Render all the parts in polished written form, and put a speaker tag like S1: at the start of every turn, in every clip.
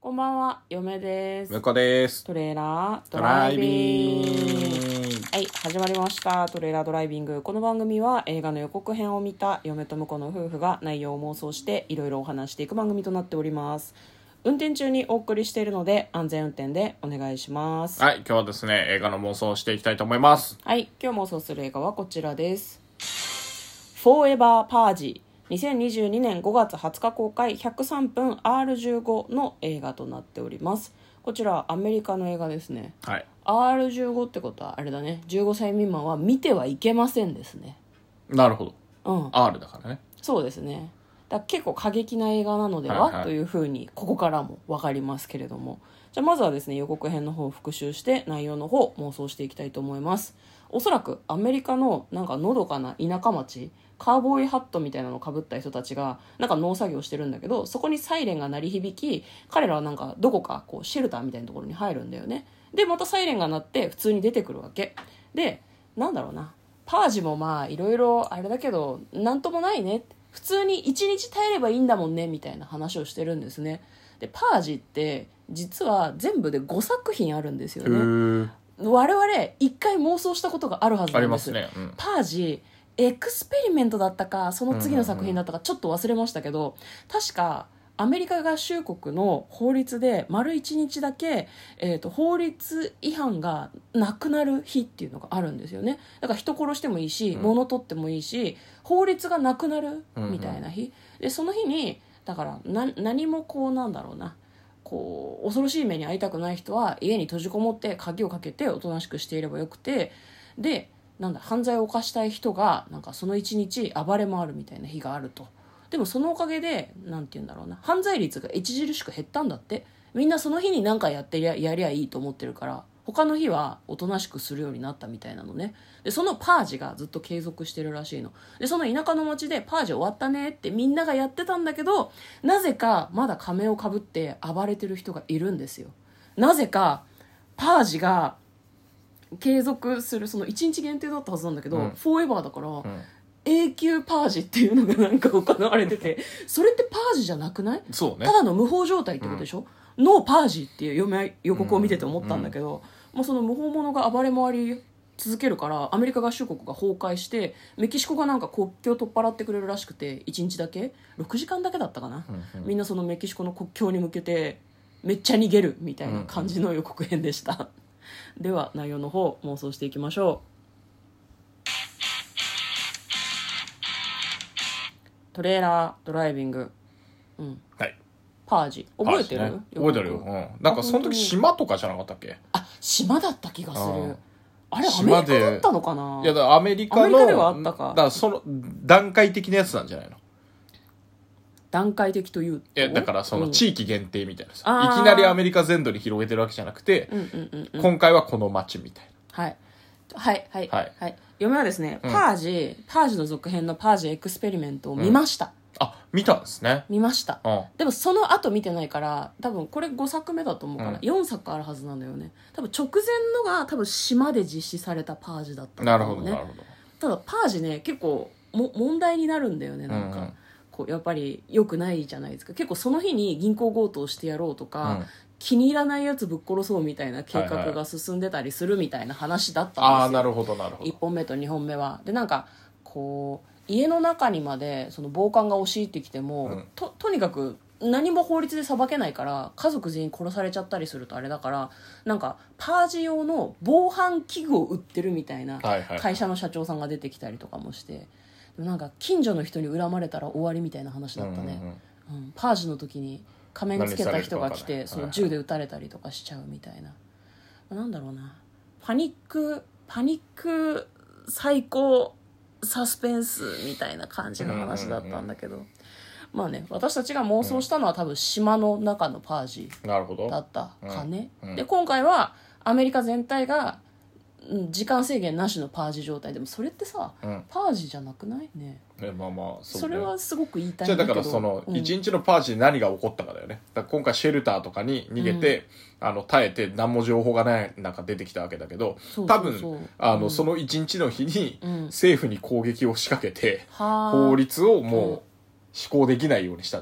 S1: こんばんは、嫁です。
S2: 向こうです。
S1: トレーラードライビング。はい、始まりました。トレーラードライビング。この番組は映画の予告編を見た嫁と婿の夫婦が内容を妄想していろいろお話していく番組となっております。運転中にお送りしているので安全運転でお願いします。
S2: はい、今日はですね、映画の妄想をしていきたいと思います。
S1: はい、今日妄想する映画はこちらです。Forever Purge。2022年5月20日公開103分 R15 の映画となっております。こちらアメリカの映画ですね。
S2: はい。
S1: R15 ってことはあれだね、15歳未満は見てはいけませんですね。
S2: なるほど。
S1: うん、
S2: R だからね。
S1: そうですね。だから結構過激な映画なのでは、
S2: はいはい、
S1: というふうにここからも分かりますけれども、じゃあまずはですね、予告編の方を復習して内容の方妄想していきたいと思います。おそらくアメリカのなんかのどかな田舎町、カーボーイハットみたいなのをかぶった人たちがなんか農作業してるんだけど、そこにサイレンが鳴り響き、彼らはなんかどこかこうシェルターみたいなところに入るんだよね。でまたサイレンが鳴って普通に出てくるわけで、なんだろうな、パージもまあいろいろあれだけどなんともないね、普通に1日耐えればいいんだもんねみたいな話をしてるんですね。でパージって実は全部で5作品あるんですよね。我々1回妄想したことがあるはずなんです。
S2: ありますね。うん、
S1: パージエクスペリメントだったかその次の作品だったかちょっと忘れましたけど、確かアメリカ合衆国の法律で丸1日だけ、法律違反がなくなる日っていうのがあるんですよね。だから人殺してもいいし、物取ってもいいし、法律がなくなるみたいな日、でその日にだから何もこうなんだろうな、こう恐ろしい目に遭いたくない人は家に閉じこもって鍵をかけておとなしくしていればよくて、でなんだ犯罪を犯したい人がなんかその一日暴れ回るみたいな日があると。でもそのおかげでなんて言うんだろうな、犯罪率が著しく減ったんだって。みんなその日に何かやりゃいいと思ってるから、他の日はおとなしくするようになったみたいなのね。でそのパージがずっと継続してるらしいので、その田舎の町でパージ終わったねってみんながやってたんだけど、なぜかまだ仮面をかぶって暴れてる人がいるんですよ。なぜかパージが継続する、その1日限定だったはずなんだけど、フォーエバーだから、永久パージっていうのがなんか行われてて、それってパージじゃなくない？
S2: そうね。
S1: ただの無法状態ってことでしょ、ノーパージっていう予告を見てて思ったんだけど、もうその無法者が暴れ回り続けるからアメリカ合衆国が崩壊して、メキシコがなんか国境を取っ払ってくれるらしくて、1日だけ6時間だけだったかな、みんなそのメキシコの国境に向けてめっちゃ逃げるみたいな感じの予告編でした。では内容の方妄想していきましょう。トレーラードライビング、
S2: はい。
S1: パージ覚えてる？
S2: ね、覚えてるよ。なんかその時島とかじゃなかったっけ？
S1: あ、島だった気がする。あれアメリカだったのかな？
S2: いやだからアメリカの
S1: アメリカではあったか。
S2: だからその段階的なやつなんじゃないの？
S1: 段階的というと、
S2: いやだからその地域限定みたいなさ、いきなりアメリカ全土に広げてるわけじゃなくて、今回はこの街みたい
S1: な。はい嫁はですね、パージの続編のパージエクスペリメントを見ました。
S2: あ、見たんですね。
S1: 見ました。でもその後見てないから、多分これ5作目だと思うから、4作あるはずなんだよね。多分直前のが多分島で実施されたパージだったんだろうね。なるほど。ただパージね、結構問題になるんだよね。なんか、こうやっぱり良くないじゃないですか。結構その日に銀行強盗してやろうとか、気に入らないやつぶっ殺そうみたいな計画が進んでたりするみたいな話だったんですよ。
S2: ああ、なるほどなるほど。
S1: 1本目と2本目は。でなんかこう家の中にまでその暴漢が押し入ってきても、とにかく何も法律で裁けないから家族全員殺されちゃったりするとあれだから、なんかパージ用の防犯器具を売ってるみたいな会社の社長さんが出てきたりとかもして、でもなんか近所の人に恨まれたら終わりみたいな話だったね。パージの時に仮面つけた人が来てその銃で撃たれたりとかしちゃうみたいな、なんだろうな、パニック最高サスペンスみたいな感じの話だったんだけど、まあね、私たちが妄想したのは多分島の中のパージだったかね。で今回はアメリカ全体が時間制限なしのパージ状態でも、それってさ、パージじゃなくないね。
S2: まあまあ
S1: それはすごく言いたいんだけど、
S2: じゃあだからその一日のパージで何が起こったかだよね。だから今回シェルターとかに逃げて、耐えて何も情報がない中出てきたわけだけど、多分その一日の日に政府に攻撃を仕掛けて、法律をもう施行できないようにしたんじゃないか。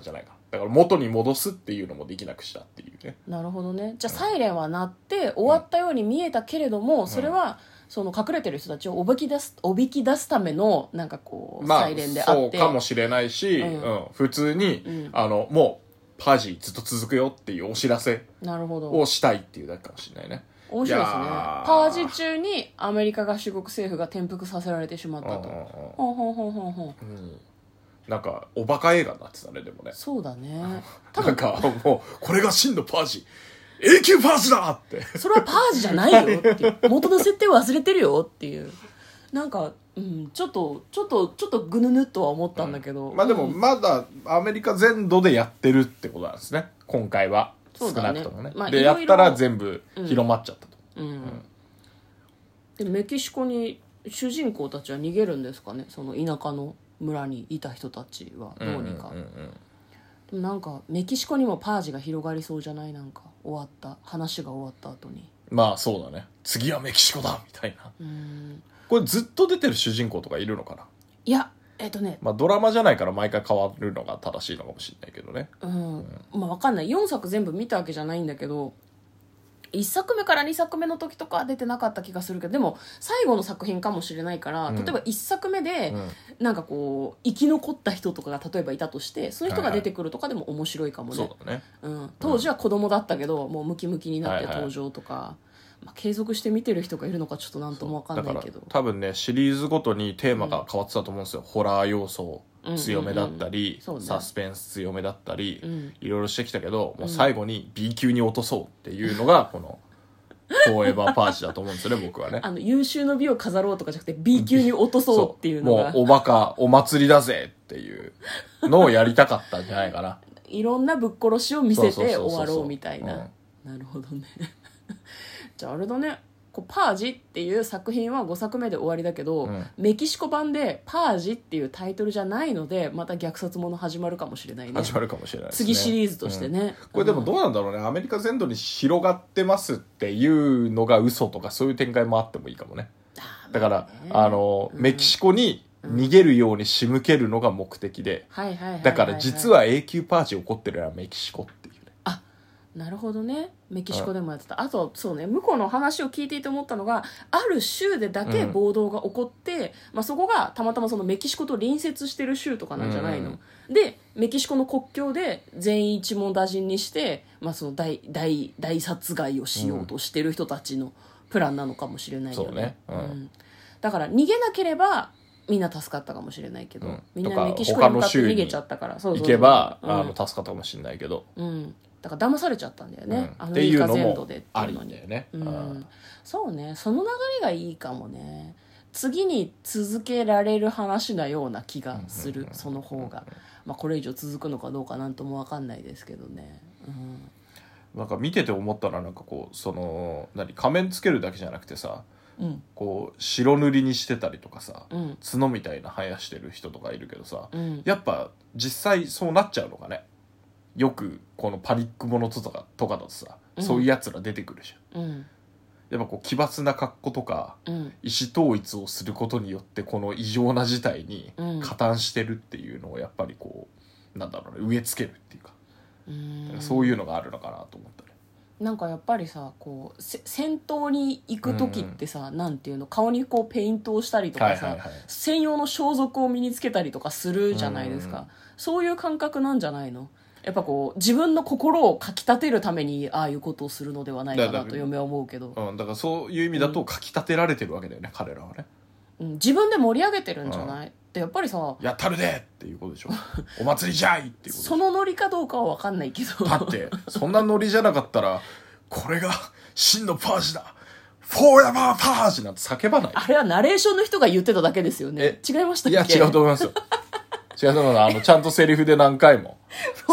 S2: だから元に戻すっていうのもできなくしたっていうね。
S1: なるほどね。じゃあサイレンは鳴って終わったように見えたけれども、それはその隠れてる人たちをおびき出すためのなんかこう、サイレンであって、
S2: そうかもしれないし、普通に、もうパージずっと続くよっていうお知らせをしたいっていうだけかもしれないね。
S1: 面白いですね。パージ中にアメリカ合衆国政府が転覆させられてしまったと。ほんほんほんほんほん。
S2: なんかおバカ映画になってたね。でもね、
S1: そうだね。
S2: なんかもうこれが真のパージ、永久パージだって、
S1: それはパージじゃないよっていう元の設定を忘れてるよっていう、なんか、ちょっとぐぬぬっとは思ったんだけど、
S2: まあでもまだアメリカ全土でやってるってことなんですね、今回は。少なくともね、まあ、でやったら全部広まっちゃったと。
S1: でメキシコに主人公たちは逃げるんですかね、その田舎の村にいた人たちはどうにか。でもなんかメキシコにもパージが広がりそうじゃない？なんか話が終わった後に、
S2: まあそうだね、次はメキシコだみたいな。これずっと出てる主人公とかいるのかな。
S1: いや
S2: まあドラマじゃないから毎回変わるのが正しいのかもしれないけどね。
S1: まあ分かんない、4作全部見たわけじゃないんだけど、1作目から2作目の時とかは出てなかった気がするけど、でも最後の作品かもしれないから、例えば1作目でなんかこう生き残った人とかが例えばいたとして、その人が出てくるとかでも面白いかもね。
S2: そうだね。
S1: 当時は子供だったけど、もうムキムキになって登場とか、まあ、継続して見てる人がいるのかちょっとなんとも分かんないけど、
S2: だから多分ねシリーズごとにテーマが変わってたと思うんですよ。ホラー要素強めだったり、サスペンス強めだったり、いろいろしてきたけど、もう最後に B 級に落とそうっていうのがこのフォーエバーパージだと思うんですよね、僕はね。
S1: 優秀の美を飾ろうとかじゃなくて B 級に落とそうっていうのが
S2: もうおバカお祭りだぜっていうのをやりたかったんじゃないかな。
S1: いろんなぶっ殺しを見せて終わろうみたいな。なるほどね。じゃああれだね、パージっていう作品は5作目で終わりだけど、メキシコ版でパージっていうタイトルじゃないので、また虐殺もの始まるかもしれないね。
S2: 始まるかもしれないですね、
S1: 次シリーズとしてね。
S2: これでもどうなんだろうね、アメリカ全土に広がってますっていうのが嘘とかそういう展開もあってもいいかもね。だからメキシコに逃げるように仕向けるのが目的で、だから実は永久パージ起こってるのはメキシコっていうね。
S1: なるほどね、メキシコでもやってた。あとそうね、向こうの話を聞いていて思ったのが、ある州でだけ暴動が起こって、まあ、そこがたまたまそのメキシコと隣接してる州とかなんじゃないの、でメキシコの国境で全員一網打尽にして、まあ、その大殺害をしようとしてる人たちのプランなのかもしれないよね。だから逃げなければみんな助かったかもしれないけど、みんなメキシコに向かって逃げちゃったから、
S2: 行けば助かったかもしれないけど、
S1: だから騙されちゃったんだよね、アメリカ全土でっていうのに。そうね、その流れがいいかもね。次に続けられる話なような気がする、その方が。まあこれ以上続くのかどうかなんとも分かんないですけどね。
S2: なんか見てて思ったら、なんかこうその仮面つけるだけじゃなくてさ、こう白塗りにしてたりとかさ、角みたいな生やしてる人とかいるけどさ、やっぱ実際そうなっちゃうのかね。よくこのパニックものとかだとさ、そういうやつら出てくるじゃん。やっぱこう奇抜な格好とか、意思統一をすることによってこの異常な事態に加担してるっていうのをやっぱりこうなんだろうね、植え付けるっていうか、そういうのがあるのかなと思ったね。
S1: なんかやっぱりさ、こう戦闘に行く時ってさ、なんていうの、顔にこうペイントをしたりとかさ、専用の装束を身につけたりとかするじゃないですか。そういう感覚なんじゃないの。やっぱこう自分の心をかきたてるためにああいうことをするのではないかなと嫁は思うけど、
S2: だからそういう意味だとかきたてられてるわけだよね、彼らはね。
S1: 自分で盛り上げてるんじゃない、でやっぱりさ、
S2: やったるでっていうことでしょ。お祭りじゃいっていうこと。
S1: そのノリかどうかは分かんないけど、
S2: だってそんなノリじゃなかったらこれが真のパージだ、フォーエバーパージなんて叫ばない。
S1: あれはナレーションの人が言ってただけですよね。違いましたっけ。
S2: いや違うと思いますよ。違うと思います。ちゃんとセリフで何回も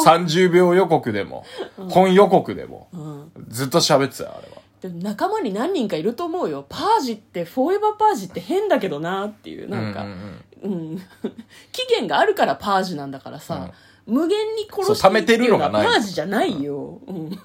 S2: 30秒予告でも、本予告でも、ずっと喋ってたよあれは。
S1: でも仲間に何人かいると思うよ。パージってフォーエバーパージって変だけどなっていう、なんか、期限があるからパージなんだからさ、無限に殺していくっていうのはパージじゃないよ。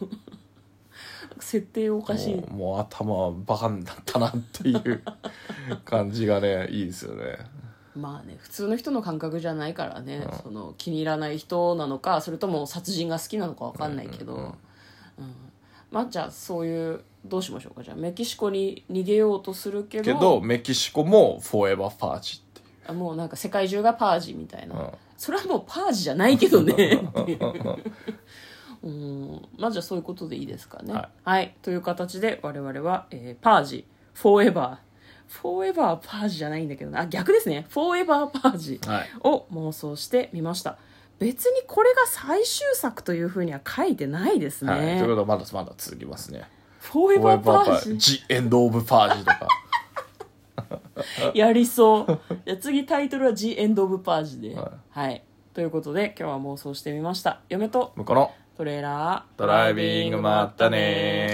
S1: 設定おかしい。
S2: もう頭バカになったなっていう感じがね、いいですよね。
S1: まあね、普通の人の感覚じゃないからね、その気に入らない人なのかそれとも殺人が好きなのか分かんないけど、まあじゃあそういうどうしましょうか。じゃあメキシコに逃げようとするけど
S2: メキシコもフォーエバーパージっていう、
S1: もうなんか世界中がパージみたいな、それはもうパージじゃないけどねっていうまあじゃあそういうことでいいですかね。はい、という形で我々は、パージフォーエバーパージじゃないんだけどな、逆ですね、フォーエバーパージを妄想してみました。別にこれが最終作というふうには書いてないですね、
S2: ということはまだ続きますね。
S1: フォーエバーパージ
S2: ジ・エンド・オブ・パージとか
S1: やりそうじゃあ次タイトルは The End of Purge で、はい、ということで今日は妄想してみました。嫁と
S2: 向こうの
S1: トレーラー
S2: ドライビング、まったね